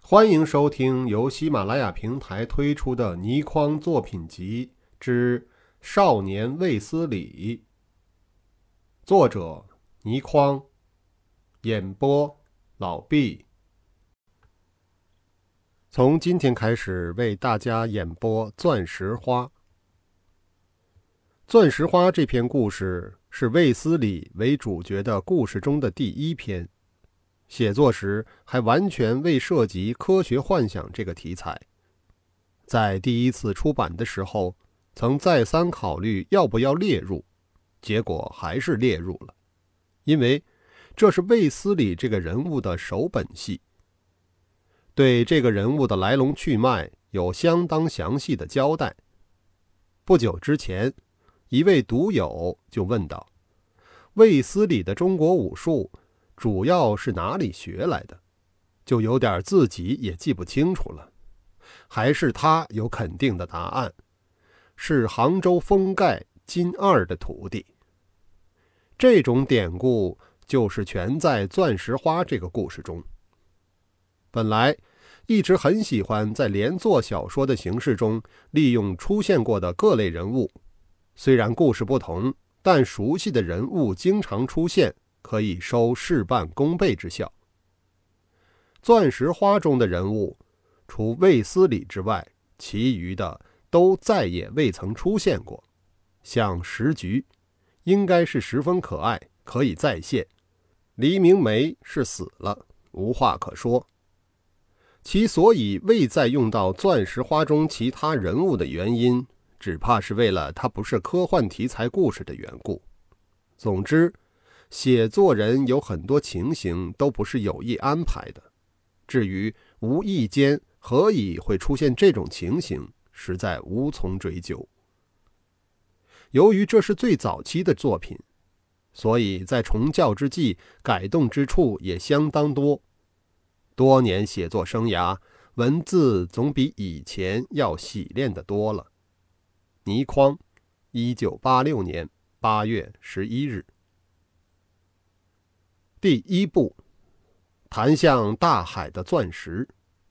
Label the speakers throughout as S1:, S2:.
S1: 欢迎收听由喜马拉雅平台推出的倪匡作品集之《少年卫斯理》，作者倪匡，演播老毕。从今天开始为大家演播《钻石花》。《钻石花》这篇故事是卫斯理为主角的故事中的第一篇。写作时还完全未涉及科学幻想这个题材，在第一次出版的时候，曾再三考虑要不要列入，结果还是列入了，因为这是卫斯理这个人物的首本戏，对这个人物的来龙去脉有相当详细的交代。不久之前，一位读友就问道：卫斯理的中国武术主要是哪里学来的？就有点自己也记不清楚了。还是他有肯定的答案，是杭州封盖金二的徒弟。这种典故就是全在钻石花这个故事中。本来一直很喜欢在连作小说的形式中利用出现过的各类人物，虽然故事不同，但熟悉的人物经常出现，可以收事半功倍之效。钻石花中的人物，除卫斯理之外，其余的都再也未曾出现过。像石菊，应该是十分可爱，可以再现。黎明梅是死了，无话可说。其所以未再用到钻石花中其他人物的原因，只怕是为了它不是科幻题材故事的缘故。总之，写作人有很多情形都不是有意安排的，至于无意间何以会出现这种情形，实在无从追究。由于这是最早期的作品，所以在重校之际改动之处也相当多。多年写作生涯，文字总比以前要洗练得多了。倪匡，1986年8月11日。第一部，弹向大海的钻石。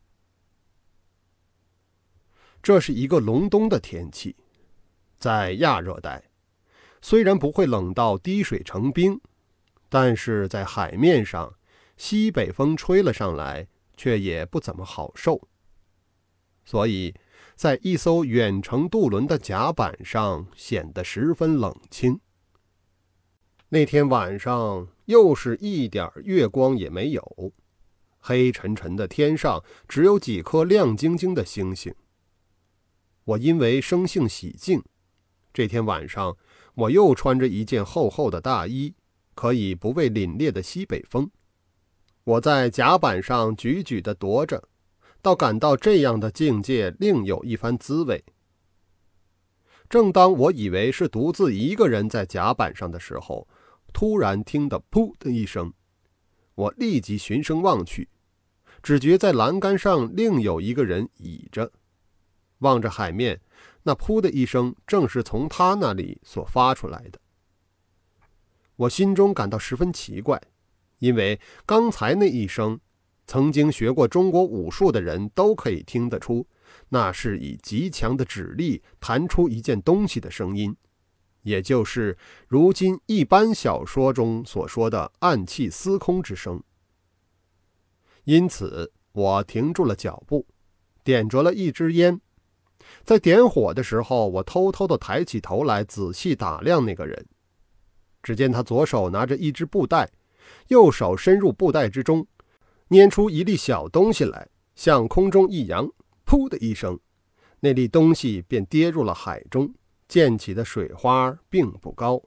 S1: 这是一个隆冬的天气，在亚热带，虽然不会冷到滴水成冰，但是在海面上，西北风吹了上来，却也不怎么好受。所以，在一艘远程渡轮的甲板上显得十分冷清。那天晚上又是一点月光也没有，黑沉沉的天上只有几颗亮晶晶的星星。我因为生性喜静，这天晚上我又穿着一件厚厚的大衣，可以不畏凛冽的西北风。我在甲板上踽踽地踱着，倒感到这样的境界另有一番滋味。正当我以为是独自一个人在甲板上的时候，突然听得噗的一声，我立即循声望去，只觉在栏杆上另有一个人倚着，望着海面，那噗的一声正是从他那里所发出来的。我心中感到十分奇怪，因为刚才那一声，曾经学过中国武术的人都可以听得出，那是以极强的指力弹出一件东西的声音，也就是如今一般小说中所说的暗器司空之声。因此我停住了脚步，点着了一支烟。在点火的时候，我偷偷地抬起头来仔细打量那个人。只见他左手拿着一只布袋，右手伸入布袋之中，拈出一粒小东西来，向空中一扬，噗的一声，那粒东西便跌入了海中，溅起的水花并不高。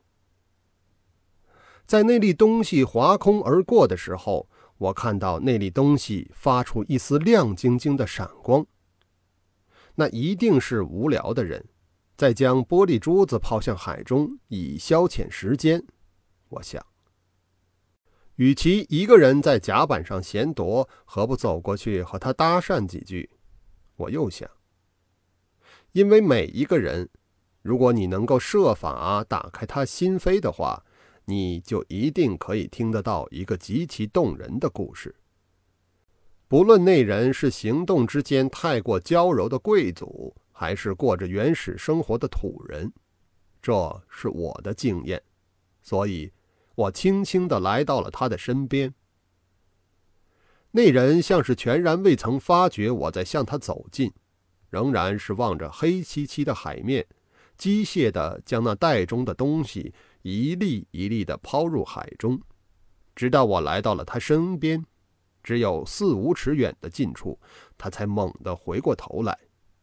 S1: 在那粒东西划空而过的时候，我看到那粒东西发出一丝亮晶晶的闪光。那一定是无聊的人在将玻璃珠子抛向海中以消遣时间，我想。与其一个人在甲板上闲踱，何不走过去和他搭讪几句？我又想，因为每一个人，如果你能够设法打开他心扉的话，你就一定可以听得到一个极其动人的故事。 不论那人是行动之间太过娇柔的贵族，还是过着原始生活的土人，这是我的经验，所以我轻轻地来到了他的身边。那人像是全然未曾发觉我在向他走近，仍然是望着黑漆漆的海面，机械地将那袋中的东西一粒一粒地抛入海中，直到我来到了他身边，只有4、5尺远的近处，他才猛地回过头来。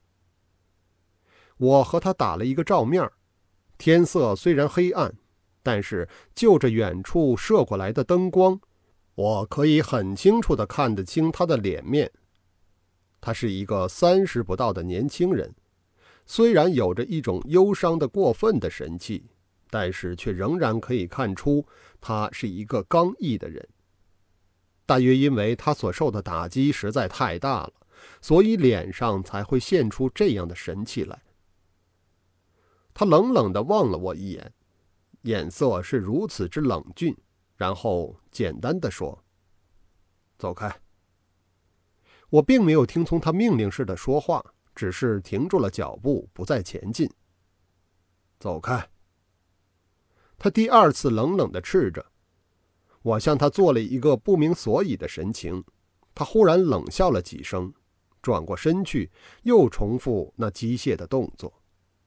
S1: 我和他打了一个照面，天色虽然黑暗，但是就着远处射过来的灯光，我可以很清楚地看得清他的脸面。他是一个30不到的年轻人，虽然有着一种忧伤的过分的神气，但是却仍然可以看出他是一个刚毅的人。大约因为他所受的打击实在太大了，所以脸上才会现出这样的神气来。他冷冷地望了我一眼，眼色是如此之冷峻，然后简单地说：“走开。”我并没有听从他命令似的说话，只是停住了脚步，不再前进。走开。他第2次冷冷地斥着。我向他做了一个不明所以的神情，他忽然冷笑了几声，转过身去，又重复那机械的动作。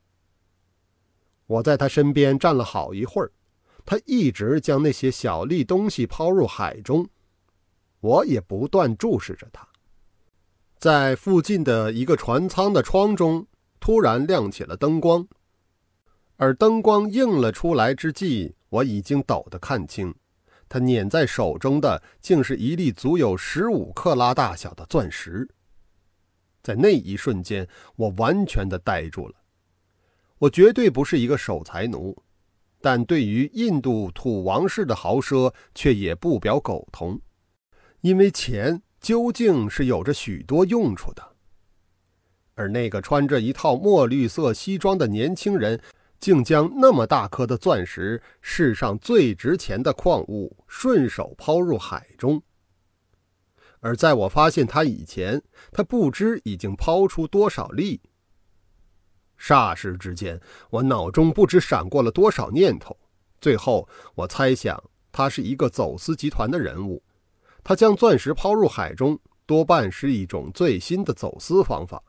S1: 我在他身边站了好一会儿，他一直将那些小粒东西抛入海中，我也不断注视着他。在附近的一个船舱的窗中，突然亮起了灯光，而灯光映了出来之际，我已经陡地看清，他捻在手中的竟是一粒足有15克拉大小的钻石。在那一瞬间，我完全地呆住了。我绝对不是一个守财奴，但对于印度土王室的豪奢却也不表苟同，因为钱究竟是有着许多用处的。而那个穿着一套墨绿色西装的年轻人，竟将那么大颗的钻石，世上最值钱的矿物，顺手抛入海中。而在我发现他以前，他不知已经抛出多少粒。霎时之间，我脑中不知闪过了多少念头，最后我猜想他是一个走私集团的人物，他将钻石抛入海中，多半是一种最新的走私方法。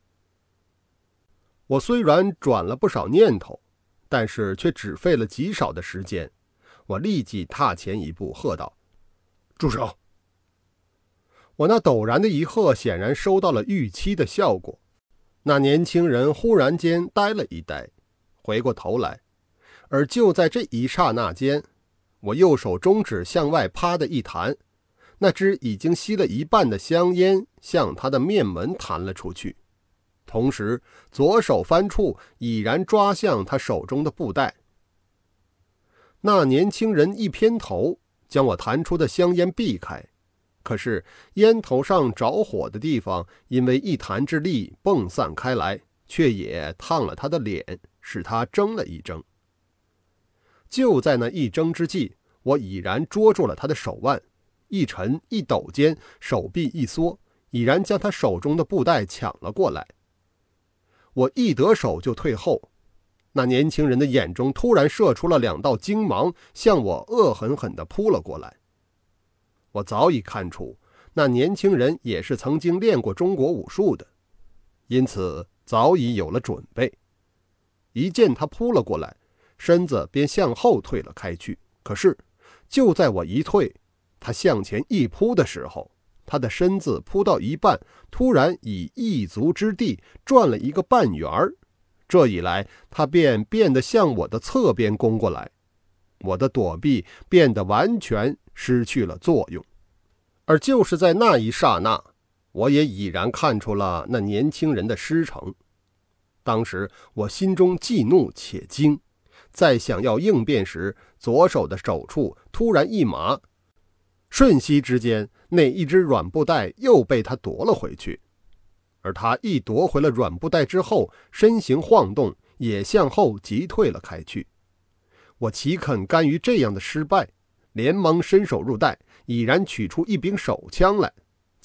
S1: 我虽然转了不少念头，但是却只费了极少的时间。我立即踏前一步，喝道：“住手！”我那陡然的一喝显然收到了预期的效果。那年轻人忽然间呆了一呆，回过头来，而就在这一刹那间，我右手中指向外啪的一弹，那支已经吸了一半的香烟向他的面门弹了出去，同时左手翻处已然抓向他手中的布袋。那年轻人一偏头，将我弹出的香烟避开，可是烟头上着火的地方因为一弹之力迸散开来，却也烫了他的脸，使他怔了一怔。就在那一怔之际，我已然捉住了他的手腕，一沉一抖间，手臂一缩，已然将他手中的布袋抢了过来。我一得手就退后，那年轻人的眼中突然射出了2道精芒，向我恶狠狠地扑了过来。我早已看出那年轻人也是曾经练过中国武术的，因此早已有了准备。一见他扑了过来，身子便向后退了开去。可是就在我一退，他向前一扑的时候，他的身子扑到一半，突然以一足之地转了一个半圆儿，这一来他便变得向我的侧边攻过来，我的躲避变得完全失去了作用。而就是在那一刹那，我也已然看出了那年轻人的师承。当时我心中既怒且惊，在想要应变时，左手的手处突然一麻，瞬息之间，那一只软布袋又被他夺了回去。而他一夺回了软布袋之后，身形晃动，也向后急退了开去。我岂肯甘于这样的失败，连忙伸手入袋，已然取出一柄手枪来，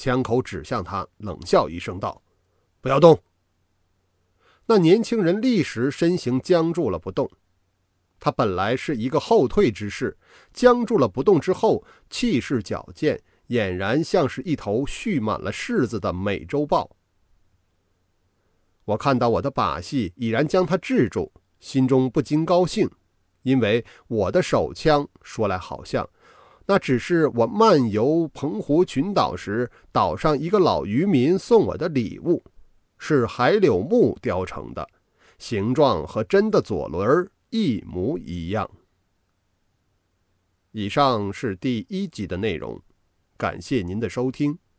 S1: 枪口指向他，冷笑一声道：“不要动！”那年轻人立时身形僵住了不动。他本来是一个后退之势，僵住了不动之后，气势矫健，俨然像是一头蓄满了柿子的美洲豹。我看到我的把戏已然将他制住，心中不禁高兴，因为我的手枪说来好像那只是我漫游澎湖群岛时岛上一个老渔民送我的礼物，是海柳木雕成的，形状和真的左轮一模一样。以上是第1集的内容，感谢您的收听。